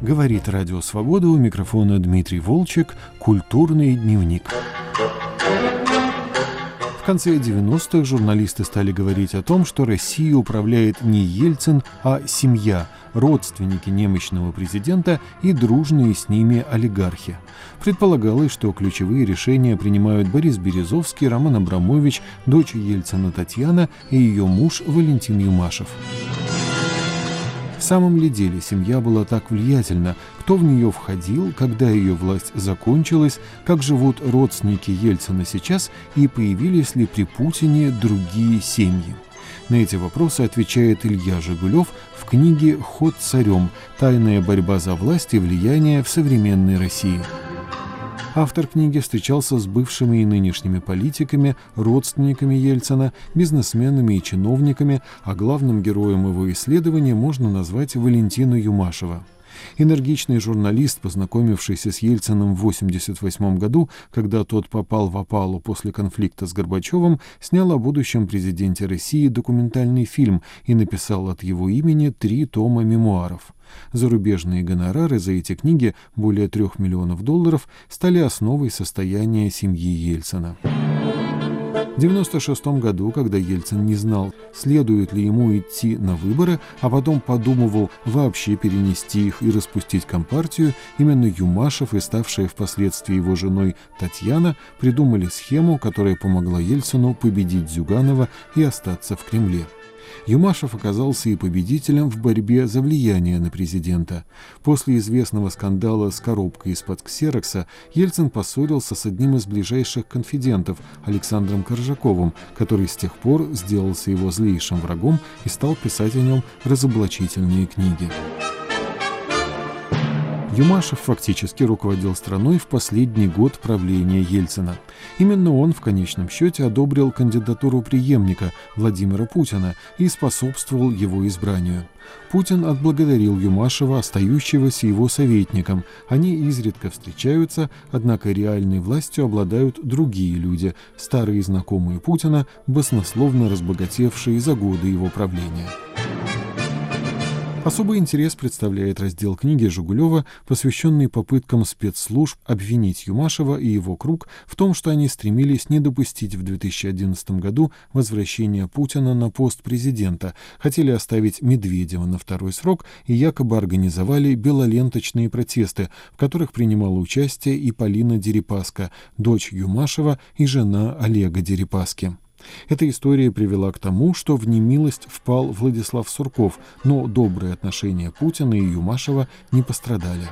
Говорит Радио Свобода, у микрофона Дмитрий Волчек, «Культурный дневник». В конце 90-х журналисты стали говорить о том, что Россией управляет не Ельцин, а семья, родственники немощного президента и дружные с ними олигархи. Предполагалось, что ключевые решения принимают Борис Березовский, Роман Абрамович, дочь Ельцина Татьяна и ее муж Валентин Юмашев. В самом ли деле семья была так влиятельна? Кто в нее входил, когда ее власть закончилась, как живут родственники Ельцина сейчас и появились ли при Путине другие семьи? На эти вопросы отвечает Илья Жигулев в книге «Ход царем. Тайная борьба за власть и влияние в современной России». Автор книги встречался с бывшими и нынешними политиками, родственниками Ельцина, бизнесменами и чиновниками, а главным героем его исследования можно назвать Валентину Юмашева. Энергичный журналист, познакомившийся с Ельциным в 1988 году, когда тот попал в опалу после конфликта с Горбачевым, снял о будущем президенте России документальный фильм и написал от его имени 3 тома мемуаров. Зарубежные гонорары за эти книги, более $3 миллионов, стали основой состояния семьи Ельцина. В 1996 году, когда Ельцин не знал, следует ли ему идти на выборы, а потом подумывал вообще перенести их и распустить Компартию, именно Юмашев и ставшая впоследствии его женой Татьяна придумали схему, которая помогла Ельцину победить Зюганова и остаться в Кремле. Юмашев оказался и победителем в борьбе за влияние на президента. После известного скандала с коробкой из-под ксерокса Ельцин поссорился с одним из ближайших конфидентов, Александром Коржаковым, который с тех пор сделался его злейшим врагом и стал писать о нем разоблачительные книги. Юмашев фактически руководил страной в последний год правления Ельцина. Именно он в конечном счете одобрил кандидатуру преемника Владимира Путина и способствовал его избранию. Путин отблагодарил Юмашева, остающегося его советником. Они изредка встречаются, однако реальной властью обладают другие люди, старые знакомые Путина, баснословно разбогатевшие за годы его правления. Особый интерес представляет раздел книги Жигулева, посвященный попыткам спецслужб обвинить Юмашева и его круг в том, что они стремились не допустить в 2011 году возвращения Путина на пост президента, хотели оставить Медведева на второй срок и якобы организовали белоленточные протесты, в которых принимала участие и Полина Дерипаска, дочь Юмашева и жена Олега Дерипаски. Эта история привела к тому, что в немилость впал Владислав Сурков, но добрые отношения Путина и Юмашева не пострадали.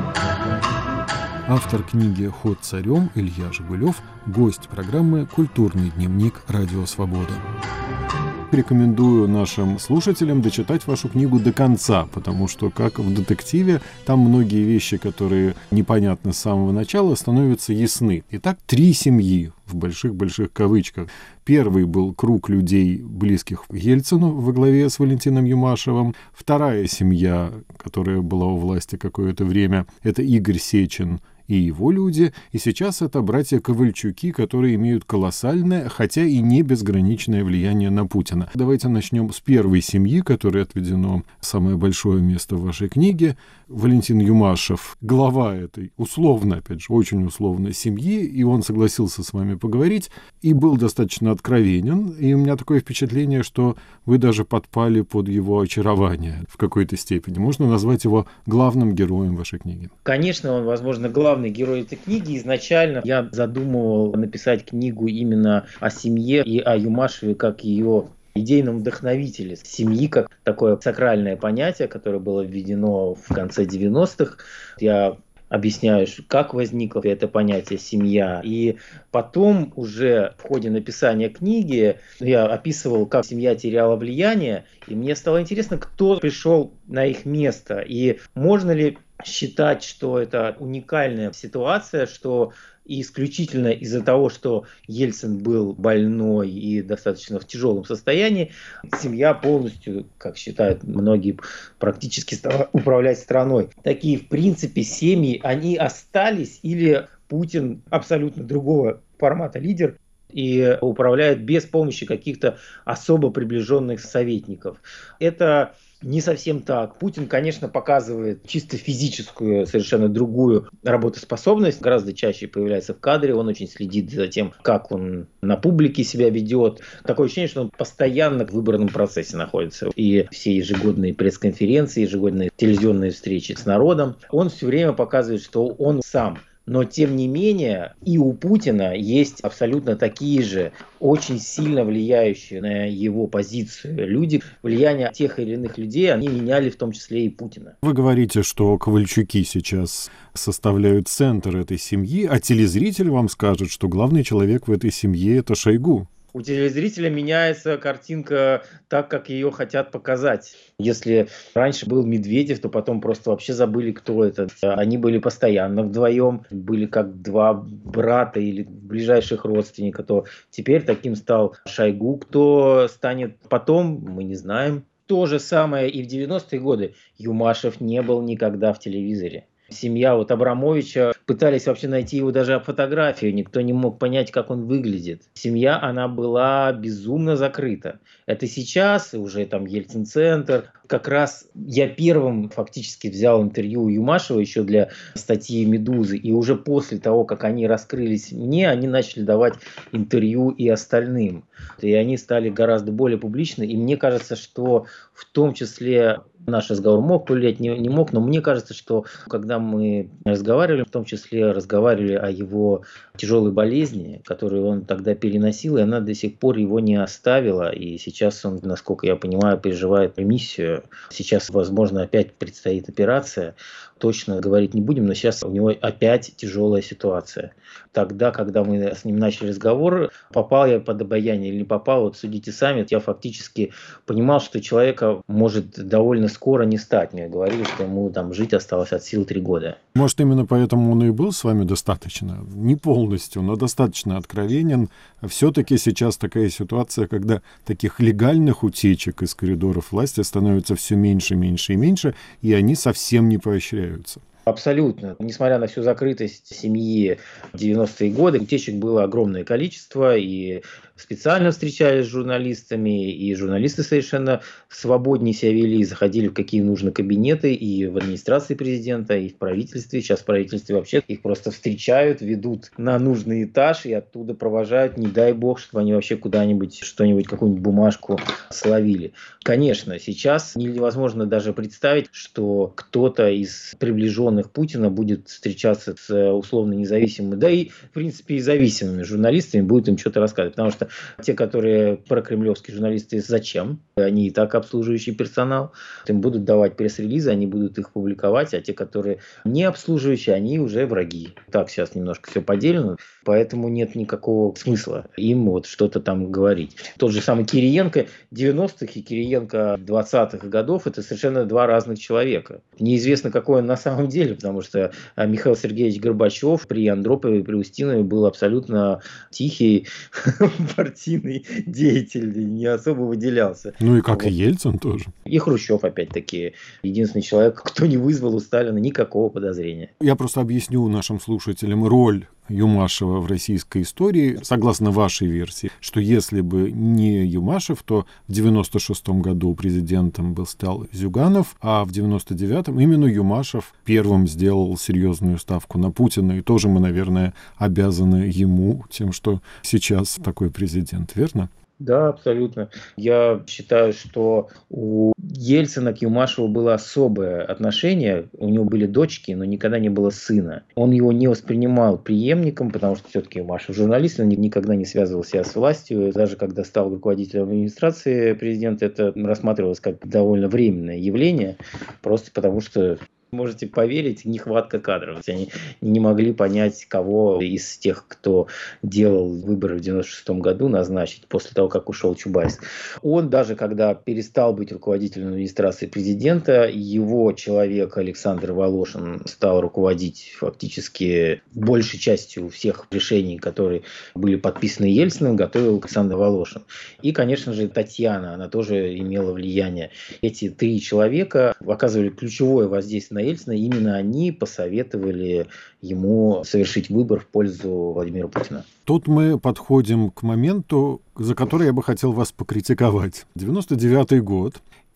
Автор книги «Ход царем» Илья Жигулев, гость программы «Культурный дневник. Радио Свобода». Рекомендую нашим слушателям дочитать вашу книгу до конца, потому что, как в детективе, там многие вещи, которые непонятны с самого начала, становятся ясны. Итак, 3 семьи, в больших-больших кавычках. Первый был круг людей, близких Ельцину, во главе с Валентином Юмашевым. Вторая семья, которая была у власти какое-то время, это Игорь Сечин и его люди, и сейчас это братья Ковальчуки, которые имеют колоссальное, хотя и не безграничное влияние на Путина. Давайте начнем с первой семьи, которой отведено самое большое место в вашей книге. Валентин Юмашев, глава этой, условно, опять же, очень условной семьи, и он согласился с вами поговорить, и был достаточно откровенен, и у меня такое впечатление, что вы даже подпали под его очарование в какой-то степени. Можно назвать его главным героем вашей книги? Конечно, он, возможно, главный герой этой книги. Изначально я задумывал написать книгу именно о семье и о Юмашеве как ее идейном вдохновителе семьи, как такое сакральное понятие, которое было введено в конце 90-х. Я объясняю, как возникло это понятие «семья». И потом уже в ходе написания книги я описывал, как семья теряла влияние, и мне стало интересно, кто пришел на их место, и можно ли считать, что это уникальная ситуация, что исключительно из-за того, что Ельцин был больной и достаточно в тяжелом состоянии, семья полностью, как считают многие, практически стала управлять страной. Такие, в принципе, семьи, они остались, или Путин абсолютно другого формата лидер и управляет без помощи каких-то особо приближенных советников. Это Не совсем так. Путин, конечно, показывает чисто физическую, совершенно другую работоспособность. Гораздо чаще появляется в кадре. Он очень следит за тем, как он на публике себя ведет. Такое ощущение, что он постоянно в выборном процессе находится. И все ежегодные пресс-конференции, ежегодные телевизионные встречи с народом. Он все время показывает, что он сам. Но, тем не менее, и у Путина есть абсолютно такие же, очень сильно влияющие на его позицию люди. Влияние тех или иных людей, они меняли в том числе и Путина. Вы говорите, что Ковальчуки сейчас составляют центр этой семьи, а телезритель вам скажет, что главный человек в этой семье – это Шойгу. У телезрителя меняется картинка так, как ее хотят показать. Если раньше был Медведев, то потом просто вообще забыли, кто это. Они были постоянно вдвоем, были как два брата или ближайших родственника, то теперь таким стал Шойгу. Кто станет потом, мы не знаем. То же самое и в 90-е годы. Юмашев не был никогда в телевизоре. Семья вот Абрамовича, пытались вообще найти его даже фотографию, никто не мог понять, как он выглядит. Семья, она была безумно закрыта. Это сейчас, уже там Ельцин-центр. Как раз я первым фактически взял интервью у Юмашева еще для статьи «Медузы», и уже после того, как они раскрылись мне, они начали давать интервью и остальным. И они стали гораздо более публичны, и мне кажется, что в том числе наш разговор мог повлиять, не мог, но мне кажется, что когда мы разговаривали, в том числе разговаривали о его тяжелой болезни, которую он тогда переносил, и она до сих пор его не оставила, и сейчас он, насколько я понимаю, переживает ремиссию. Сейчас, возможно, опять предстоит операция, точно говорить не будем, но сейчас у него опять тяжелая ситуация. Тогда, когда мы с ним начали разговор, попал я под обаяние или не попал, вот судите сами, я фактически понимал, что человека может довольно скоро не стать. Мне говорили, что ему там жить осталось от сил 3 года. Может, именно поэтому он и был с вами достаточно, не полностью, но достаточно откровенен. Все-таки сейчас такая ситуация, когда таких легальных утечек из коридоров власти становится все меньше, меньше и меньше, и они совсем не поощряются. Абсолютно. Несмотря на всю закрытость семьи в 90-е годы, утечек было огромное количество, и специально встречались с журналистами, и журналисты совершенно свободнее себя вели, заходили в какие нужно кабинеты и в администрации президента, и в правительстве. Сейчас в правительстве вообще их просто встречают, ведут на нужный этаж и оттуда провожают, не дай бог, чтобы они вообще куда-нибудь, что-нибудь, какую-нибудь бумажку словили. Конечно, сейчас невозможно даже представить, что кто-то из приближенных Путина будет встречаться с условно независимыми, да и, в принципе, и зависимыми журналистами, будет им что-то рассказывать. Потому что те, которые прокремлевские журналисты, зачем? Они и так обслуживающий персонал. Им будут давать пресс-релизы, они будут их публиковать, а те, которые не обслуживающие, они уже враги. Так сейчас немножко все поделено, поэтому нет никакого смысла им вот что-то там говорить. Тот же самый Кириенко 90-х и Кириенко 20-х годов – это совершенно два разных человека. Неизвестно, какой он на самом деле, потому что Михаил Сергеевич Горбачев при Андропове, при Устинове был абсолютно тихий партийный деятель, не особо выделялся. Ну и как вот. И Ельцин тоже. И Хрущев, опять-таки, единственный человек, кто не вызвал у Сталина никакого подозрения. Я просто объясню нашим слушателям роль Юмашева в российской истории, согласно вашей версии, что если бы не Юмашев, то в 96-м году президентом стал Зюганов, а в 99-м именно Юмашев первым сделал серьезную ставку на Путина, и тоже мы, наверное, обязаны ему тем, что сейчас такой президент, верно? Да, абсолютно. Я считаю, что у Ельцина к Юмашеву было особое отношение. У него были дочки, но никогда не было сына. Он его не воспринимал преемником, потому что все-таки Юмашев журналист, он никогда не связывал себя с властью. Даже когда стал руководителем администрации президента, это рассматривалось как довольно временное явление, просто потому что... Можете поверить, нехватка кадров. Они не могли понять, кого из тех, кто делал выборы в 96-м году, назначить после того, как ушел Чубайс. Он даже когда перестал быть руководителем администрации президента, его человек Александр Волошин стал руководить фактически большей частью всех решений, которые были подписаны Ельциным, готовил Александр Волошин. И, конечно же, Татьяна, она тоже имела влияние. Эти 3 человека оказывали ключевое воздействие на Ельцина, именно они посоветовали ему совершить выбор в пользу Владимира Путина. Тут мы подходим к моменту, за который я бы хотел вас покритиковать. 99-й год,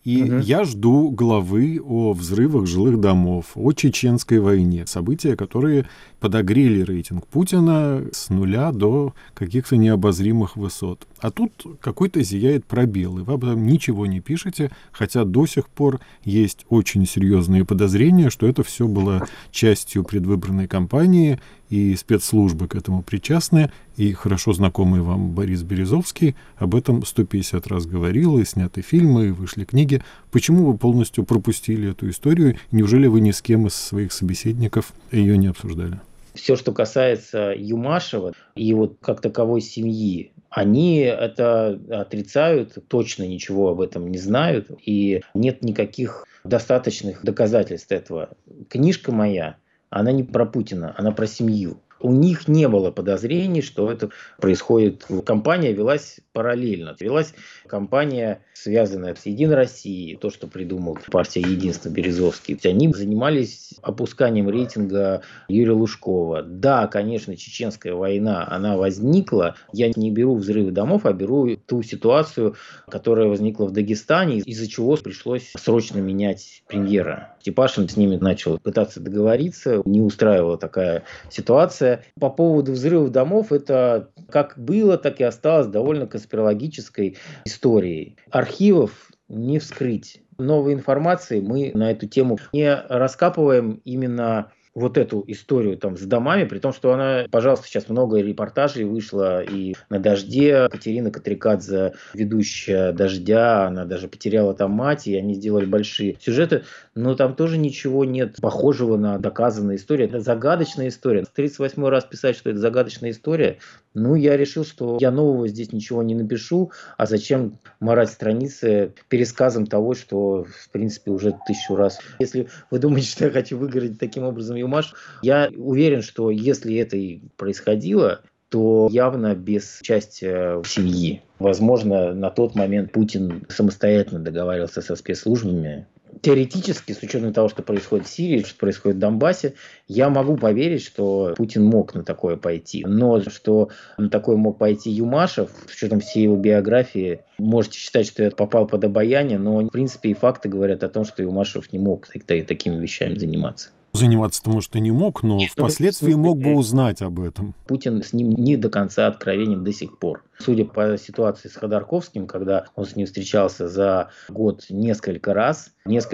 И я жду главы о взрывах жилых домов, о чеченской войне. События, которые подогрели рейтинг Путина с нуля до каких-то необозримых высот. А тут какой-то зияет пробел, и вы об этом ничего не пишете, хотя до сих пор есть очень серьезные подозрения, что это все было частью предвыборной кампании, и спецслужбы к этому причастны, и хорошо знакомый вам Борис Березовский об этом 150 раз говорил, и сняты фильмы, и вышли книги. Почему вы полностью пропустили эту историю? Неужели вы ни с кем из своих собеседников ее не обсуждали? Все, что касается Юмашева и вот как таковой семьи, они это отрицают, точно ничего об этом не знают, и нет никаких достаточных доказательств этого. Книжка моя, она не про Путина, она про семью. У них не было подозрений, что это происходит. Кампания велась параллельно. Велась кампания, связанная с «Единой Россией», то, что придумал партия «Единство» Березовский. Они занимались опусканием рейтинга Юрия Лужкова. Да, конечно, чеченская война, она возникла. Я не беру взрывы домов, а беру ту ситуацию, которая возникла в Дагестане, из-за чего пришлось срочно менять премьера. Степашин с ними начал пытаться договориться, не устраивала такая ситуация. По поводу взрывов домов, это как было, так и осталось довольно конспирологической историей. Архивов не вскрыть. Новой информации мы на эту тему не раскапываем именно вот эту историю там с домами, при том, что она, пожалуйста, сейчас много репортажей вышло и на «Дожде». Катерина Катрикадзе, ведущая «Дождя», она даже потеряла там мать, и они сделали большие сюжеты, но там тоже ничего нет похожего на доказанную историю. Это загадочная история. 38-й раз писать, что это загадочная история, я решил, что я нового здесь ничего не напишу, а зачем марать страницы пересказом того, что, в принципе, уже 1000 раз. Если вы думаете, что я хочу выгородить таким образом Юмаш, я уверен, что если это и происходило, то явно без участия семьи. Возможно, на тот момент Путин самостоятельно договаривался со спецслужбами. Теоретически, с учетом того, что происходит в Сирии, что происходит в Донбассе, я могу поверить, что Путин мог на такое пойти. Но что на такое мог пойти Юмашев, с учетом всей его биографии, можете считать, что я попал под обаяние, но в принципе и факты говорят о том, что Юмашев не мог такими вещами заниматься. Заниматься-то, может, и не мог, но впоследствии мог бы узнать об этом. Путин с ним не до конца откровенен до сих пор. Судя по ситуации с Ходорковским, когда он с ним встречался за год несколько раз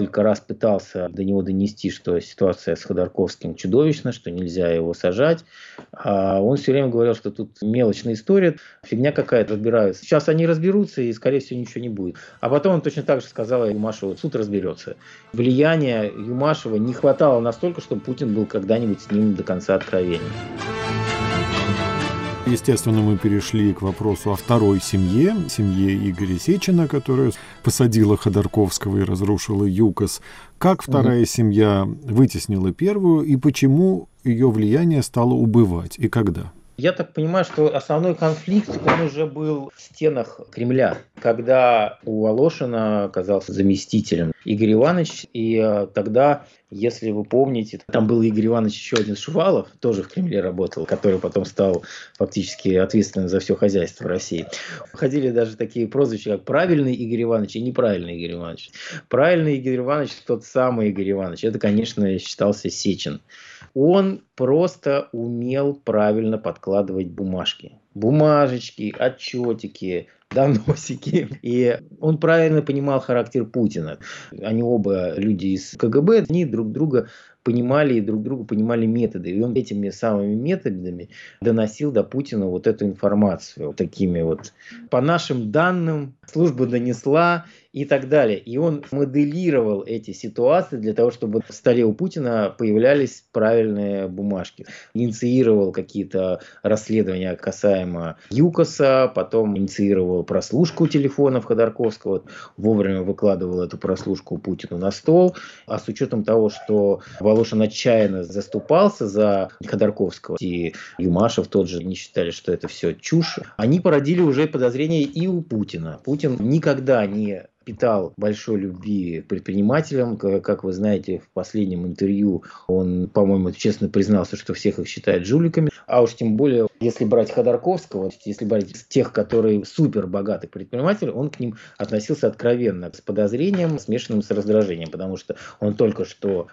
пытался до него донести, что ситуация с Ходорковским чудовищна, что нельзя его сажать. А он все время говорил, что тут мелочная история, фигня какая-то, разбираются. Сейчас они разберутся, и, скорее всего, ничего не будет. А потом он точно так же сказал Юмашеву, суд разберется. Влияния Юмашева не хватало настолько, чтобы Путин был когда-нибудь с ним до конца откровенен. Естественно, мы перешли к вопросу о второй семье Игоря Сечина, которая посадила Ходорковского и разрушила ЮКОС. Как вторая семья вытеснила первую, и почему ее влияние стало убывать, и когда? Я так понимаю, что основной конфликт, он уже был в стенах Кремля, когда у Волошина оказался заместителем Игорь Иванович, и тогда, если вы помните, там был Игорь Иванович еще один Шувалов, тоже в Кремле работал, который потом стал фактически ответственным за все хозяйство в России. Ходили даже такие прозвища, как правильный Игорь Иванович и неправильный Игорь Иванович. Правильный Игорь Иванович, тот самый Игорь Иванович, это, конечно, считался Сечин. Он просто умел правильно подкладывать бумажки. Бумажечки, отчетики, доносики. И он правильно понимал характер Путина. Они оба люди из КГБ, они друг друга понимали и друг друга понимали методы. И он этими самыми методами доносил до Путина вот эту информацию. Такими вот, по нашим данным, служба донесла и так далее. И он моделировал эти ситуации для того, чтобы в столе у Путина появлялись правильные бумажки. Инициировал какие-то расследования касаемо ЮКОСа, потом инициировал прослушку телефонов Ходорковского, вовремя выкладывал эту прослушку Путину на стол. А с учетом того, что Волошин отчаянно заступался за Ходорковского, и Юмашев тот же не считали, что это все чушь, они породили уже подозрения и у Путина. Путин никогда не питал большой любви к предпринимателям. Как вы знаете, в последнем интервью он, по-моему, честно признался, что всех их считает жуликами. А уж тем более, если брать Ходорковского, если брать тех, которые супер богатых предпринимателей, он к ним относился откровенно, с подозрением, смешанным с раздражением, потому что он только что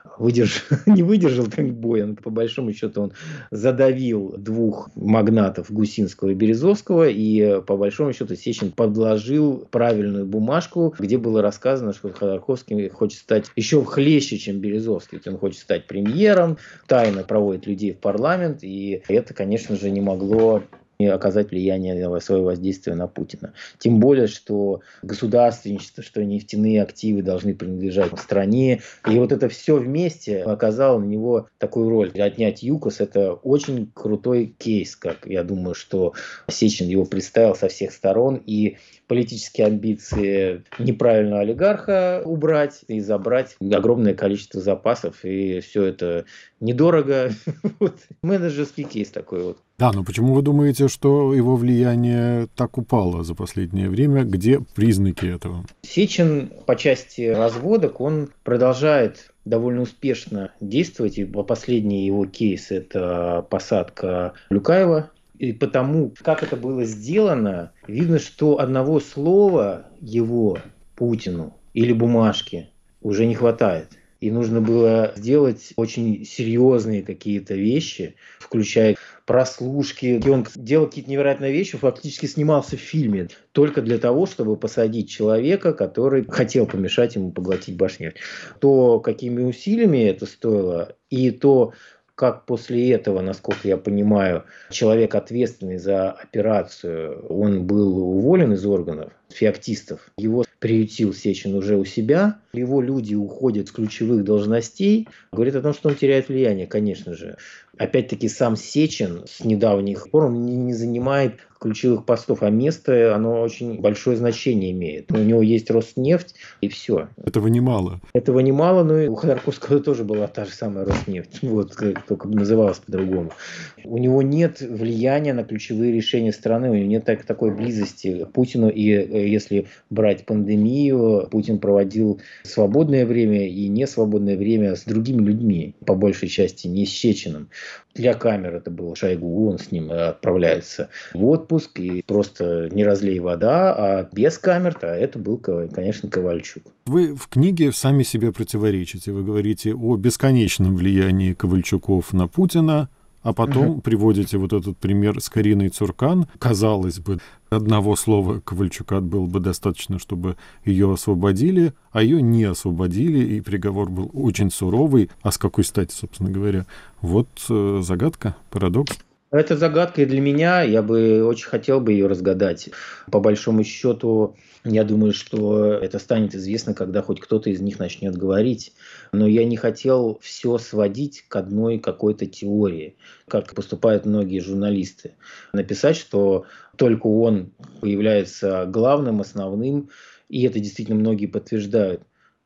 не выдержал боя. По большому счету он задавил двух магнатов Гусинского и Березовского, и по большому счету Сечин подложил правильную бумажку, где было рассказано, что Ходорковский хочет стать еще хлеще, чем Березовский. Он хочет стать премьером, тайно проводит людей в парламент, и это, конечно же, не могло оказать влияние, свое воздействие на Путина. Тем более, что государственничество, что нефтяные активы должны принадлежать стране. И вот это все вместе оказало на него такую роль. Отнять ЮКОС – это очень крутой кейс, как я думаю, что Сечин его представил со всех сторон. И политические амбиции неправильного олигарха убрать и забрать огромное количество запасов. И все это недорого. Менеджерский кейс такой вот. Да, но почему вы думаете, что его влияние так упало за последнее время? Где признаки этого? Сечин по части разводок, он продолжает довольно успешно действовать. И последний его кейс – это посадка Люкаева. И потому, как это было сделано, видно, что одного слова его, Путину, или бумажки уже не хватает. И нужно было сделать очень серьезные какие-то вещи, включая прослушки. И он делал какие-то невероятные вещи, фактически снимался в фильме только для того, чтобы посадить человека, который хотел помешать ему поглотить Башнефть. То, какими усилиями это стоило, и то, как после этого, насколько я понимаю, человек, ответственный за операцию, он был уволен из органов феоктистов. Его приютил Сечин уже у себя. Его люди уходят с ключевых должностей. Говорит о том, что он теряет влияние, конечно же. Опять-таки сам Сечин с недавних пор он не занимает ключевых постов, а место, оно очень большое значение имеет. У него есть Роснефть, и все. Этого немало. Этого немало, но и у Ходорковского тоже была та же самая Роснефть, вот, только называлась по-другому. У него нет влияния на ключевые решения страны, у него нет такой близости к Путину, и если брать пандемию, Путин проводил свободное время и несвободное время с другими людьми, по большей части не с Сечиным. Для камер это был Шойгу, он с ним отправляется в отпуск, и просто не разлей вода, а без камер-то это был, конечно, Ковальчук. Вы в книге сами себе противоречите. Вы говорите о бесконечном влиянии Ковальчуков на Путина, а потом приводите вот этот пример с Кариной Цуркан. Казалось бы, одного слова Ковальчука было бы достаточно, чтобы ее освободили, а ее не освободили, и приговор был очень суровый. А с какой стати, собственно говоря? Вот загадка, парадокс. Это загадка и для меня. Я бы очень хотел бы ее разгадать. По большому счету, я думаю, что это станет известно, когда хоть кто-то из них начнет говорить. Но я не хотел все сводить к одной какой-то теории, как поступают многие журналисты. Написать, что только он является главным, основным, и это действительно многие подтверждают.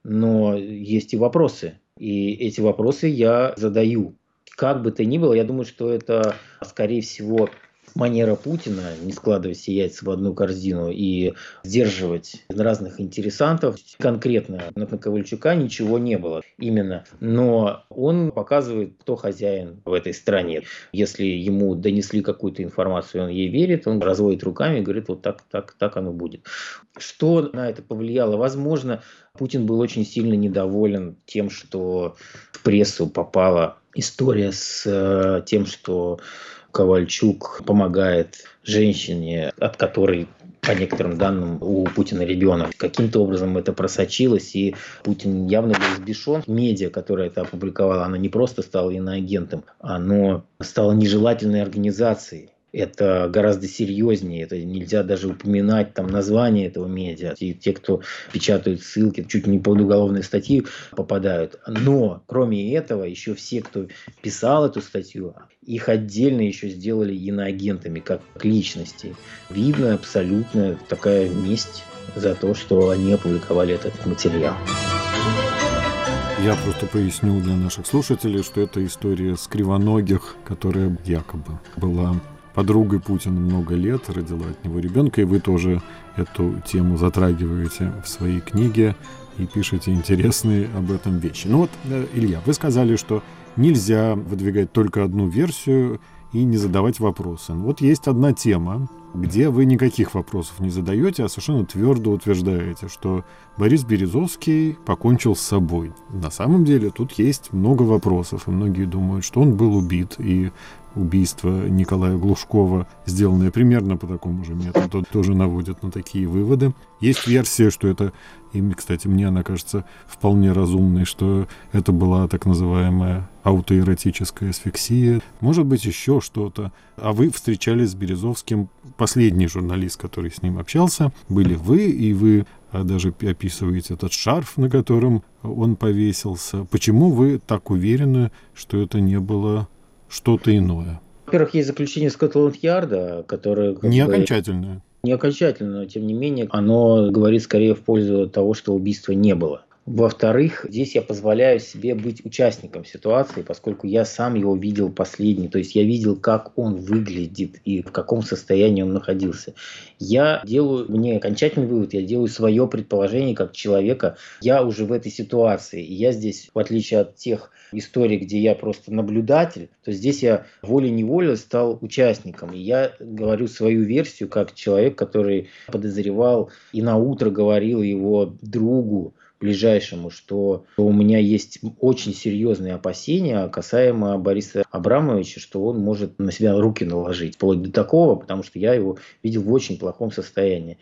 Но есть и вопросы. И эти вопросы я задаю. Как бы то ни было, я думаю, что это, скорее всего, манера Путина не складывать все яйца в одну корзину и сдерживать разных интересантов. Конкретно на Ковальчука ничего не было именно. Но он показывает, кто хозяин в этой стране. Если ему донесли какую-то информацию, он ей верит, он разводит руками и говорит, вот так оно будет. Что на это повлияло? Возможно, Путин был очень сильно недоволен тем, что в прессу попала история с тем, что Ковальчук помогает женщине, от которой, по некоторым данным, у Путина ребенок. Каким-то образом это просочилось, и Путин явно был взбешен. Медиа, которая это опубликовала, она не просто стала иноагентом, она стала нежелательной организацией. Это гораздо серьезнее, это нельзя даже упоминать там название этого медиа. И те, кто печатают ссылки, чуть не под уголовные статьи попадают. Но, кроме этого, еще все, кто писал эту статью, их отдельно еще сделали иноагентами, как личностей. Видно абсолютно такая месть за то, что они опубликовали этот материал. Я просто поясню для наших слушателей, что это история с Кривоногих, которая якобы была подругой Путина много лет, родила от него ребенка, и вы тоже эту тему затрагиваете в своей книге и пишете интересные об этом вещи. Ну вот, Илья, вы сказали, что нельзя выдвигать только одну версию и не задавать вопросы. Вот есть одна тема, где вы никаких вопросов не задаете, а совершенно твердо утверждаете, что Борис Березовский покончил с собой. На самом деле тут есть много вопросов, и многие думают, что он был убит, и убийство Николая Глушкова, сделанное примерно по такому же методу, тоже наводит на такие выводы. Есть версия, что это, и, кстати, мне она кажется вполне разумной, что это была так называемая аутоэротическая асфиксия. Может быть, еще что-то. А вы встречались с Березовским, последний журналист, который с ним общался, были вы, и вы даже описываете этот шарф, на котором он повесился. Почему вы так уверены, что это не было что-то иное? Во-первых, есть заключение Скотланд-Ярда, которое... Не окончательное. Не окончательно, но тем не менее оно говорит скорее в пользу того, что убийства не было. Во-вторых, здесь я позволяю себе быть участником ситуации, поскольку я сам его видел последний. То есть я видел, как он выглядит и в каком состоянии он находился. Я делаю не окончательный вывод, я делаю свое предположение как человека. Я уже в этой ситуации. И я здесь, в отличие от тех историй, где я просто наблюдатель, то здесь я волей-неволей стал участником. И я говорю свою версию как человек, который подозревал и наутро говорил его другу, ближайшему, что у меня есть очень серьезные опасения касаемо Бориса Абрамовича, что он может на себя руки наложить. Вплоть до такого, потому что я его видел в очень плохом состоянии.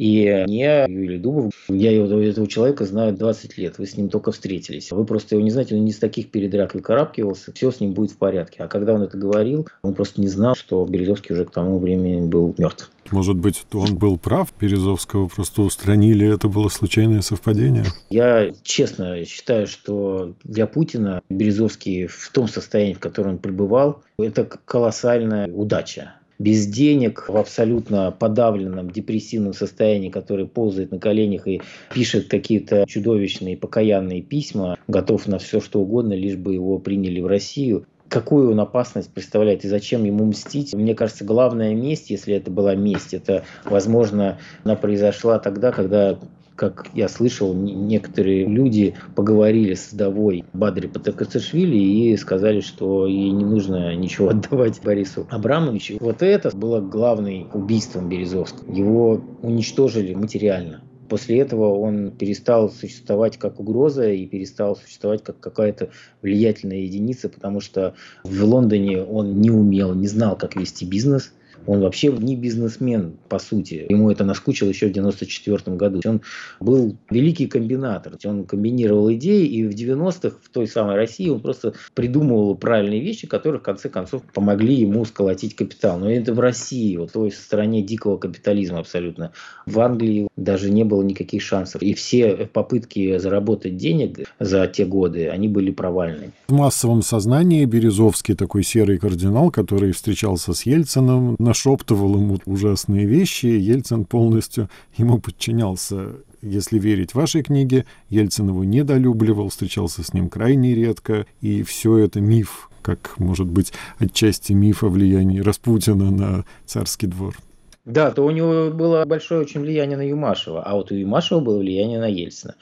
И мне, Юрий Дубов, я этого человека знаю 20 лет, вы с ним только встретились. Вы просто его не знаете, он не с таких передряг выкарабкивался, все с ним будет в порядке. А когда он это говорил, он просто не знал, что Березовский уже к тому времени был мертв. Может быть, он был прав, Березовского просто устранили, это было случайное совпадение? Я честно считаю, что для Путина Березовский в том состоянии, в котором он пребывал, это колоссальная удача. Без денег, в абсолютно подавленном, депрессивном состоянии, который ползает на коленях и пишет какие-то чудовищные, покаянные письма, готов на все, что угодно, лишь бы его приняли в Россию. Какую он опасность представляет и зачем ему мстить? Мне кажется, главная месть, если это была месть, это, возможно, она произошла тогда, когда, как я слышал, некоторые люди поговорили с вдовой Бадри Патакасашвили и сказали, что ей не нужно ничего отдавать Борису Абрамовичу. Вот это было главным убийством Березовского. Его уничтожили материально. После этого он перестал существовать как угроза и перестал существовать как какая-то влиятельная единица, потому что в Лондоне он не умел, не знал, как вести бизнес. Он вообще не бизнесмен, по сути. Ему это наскучило еще в 1994 году. Он был великий комбинатор. Он комбинировал идеи, и в 90-х в той самой России он просто придумывал правильные вещи, которые в конце концов помогли ему сколотить капитал. Но это в России, вот в той стране дикого капитализма абсолютно. В Англии даже не было никаких шансов. И все попытки заработать денег за те годы, они были провальны. В массовом сознании Березовский, такой серый кардинал, который встречался с Ельциным, нашептывал ему ужасные вещи, Ельцин полностью ему подчинялся. Если верить вашей книге, Ельцин его недолюбливал, встречался с ним крайне редко, и все это миф, как, может быть, отчасти миф о влиянии Распутина на царский двор. Да, то у него было большое очень влияние на Юмашева, а вот у Юмашева было влияние на Ельцина.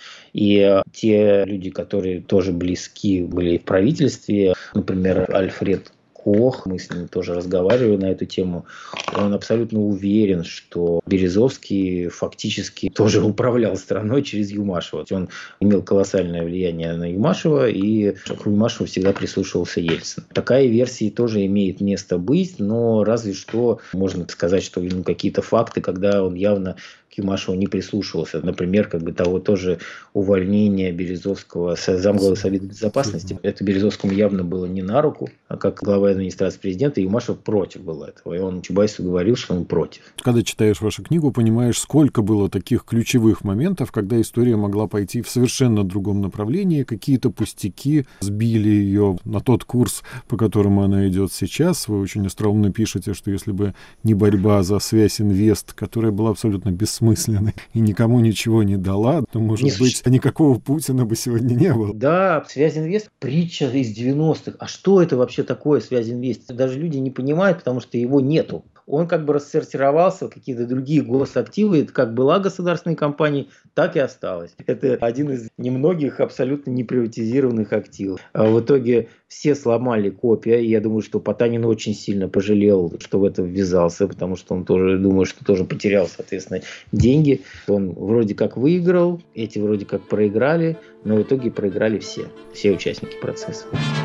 И те люди, которые тоже близки были в правительстве, например, Альфред Кох, мы с ним тоже разговаривали на эту тему, он абсолютно уверен, что Березовский фактически тоже управлял страной через Юмашева. Он имел колоссальное влияние на Юмашева, и к Юмашеву всегда прислушивался Ельцин. Такая версия тоже имеет место быть, но разве что можно сказать, что какие-то факты, когда он явно к Юмашеву не прислушивался. Например, того тоже увольнения Березовского с замглавы Совета Безопасности. Это Березовскому явно было не на руку, а как глава администрации президента, Юмашев против был этого. И он Чубайсу говорил, что он против. Когда читаешь вашу книгу, понимаешь, сколько было таких ключевых моментов, когда история могла пойти в совершенно другом направлении, какие-то пустяки сбили ее на тот курс, по которому она идет сейчас. Вы очень остроумно пишете, что если бы не борьба за связь инвест, которая была абсолютно бессмысленной и никому ничего не дала, то, может быть, никакого Путина бы сегодня не было. Да, связь инвест – притча из 90-х. А что это вообще такое связь Россельинвест даже люди не понимают, потому что его нету. Он как бы рассортировался в какие-то другие госактивы. Это как была государственной компанией, так и осталось. Это один из немногих абсолютно неприватизированных активов. А в итоге все сломали копия. И я думаю, что Потанин очень сильно пожалел, что в это ввязался, потому что он тоже, думаю, что тоже потерял, соответственно, деньги. Он вроде как выиграл, эти вроде как проиграли, но в итоге проиграли все участники процесса.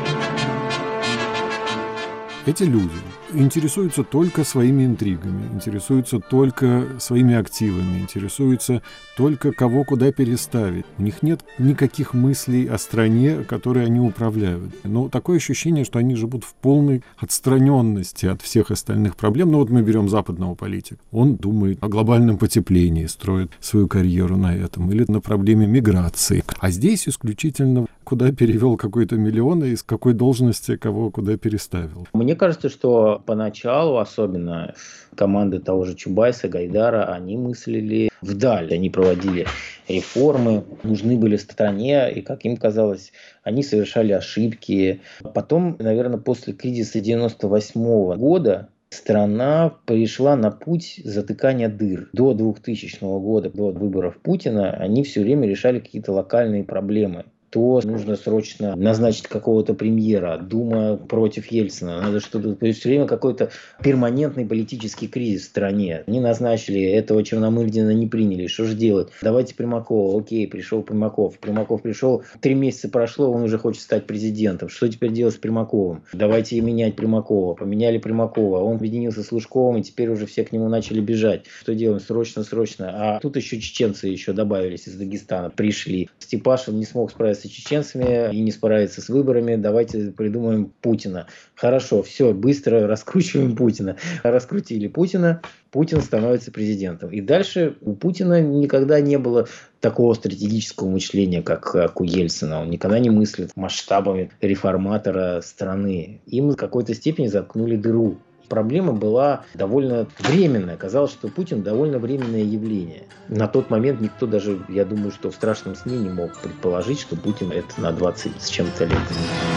Эти люди интересуются только своими интригами, интересуются только своими активами, интересуются только кого куда переставить. У них нет никаких мыслей о стране, которой они управляют. Но такое ощущение, что они живут в полной отстраненности от всех остальных проблем. Ну вот мы берем западного политика. Он думает о глобальном потеплении, строит свою карьеру на этом, или на проблеме миграции. А здесь исключительно куда перевел какой-то миллион и из какой должности кого куда переставил. Мне кажется, что поначалу, особенно команды того же Чубайса, Гайдара, они мыслили вдаль, они проводили реформы, нужны были стране, и, как им казалось, они совершали ошибки. Потом, наверное, после кризиса 1998 года страна перешла на путь затыкания дыр. До 2000 года, до выборов Путина, они все время решали какие-то локальные проблемы. То нужно срочно назначить какого-то премьера, Дума против Ельцина, надо что-то, то есть все время какой-то перманентный политический кризис в стране. Не назначили, этого Черномырдина не приняли, что же делать? Давайте Примакова, окей, пришел Примаков. Примаков пришел, 3 месяца прошло, он уже хочет стать президентом. Что теперь делать с Примаковым? Давайте менять Примакова. Поменяли Примакова, он объединился с Лужковым, и теперь уже все к нему начали бежать. Что делаем? Срочно. А тут еще чеченцы еще добавились из Дагестана, пришли. Степашин не смог справиться с чеченцами и не справиться с выборами, давайте придумаем Путина. Хорошо, все, быстро раскручиваем Путина. Раскрутили Путина, Путин становится президентом. И дальше у Путина никогда не было такого стратегического мышления, как у Ельцина. Он никогда не мыслит масштабами реформатора страны. Им в какой-то степени заткнули дыру. Проблема была довольно временная. Казалось, что Путин довольно временное явление. На тот момент никто даже, я думаю, что в страшном сне не мог предположить, что Путин это на 20 с чем-то лет.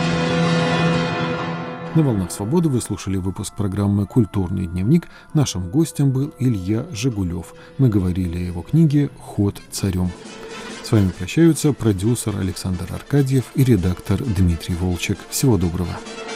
На «Волнах Свободы» вы слушали выпуск программы «Культурный дневник». Нашим гостем был Илья Жигулев. Мы говорили о его книге «Ход царем». С вами прощаются продюсер Александр Аркадьев и редактор Дмитрий Волчек. Всего доброго.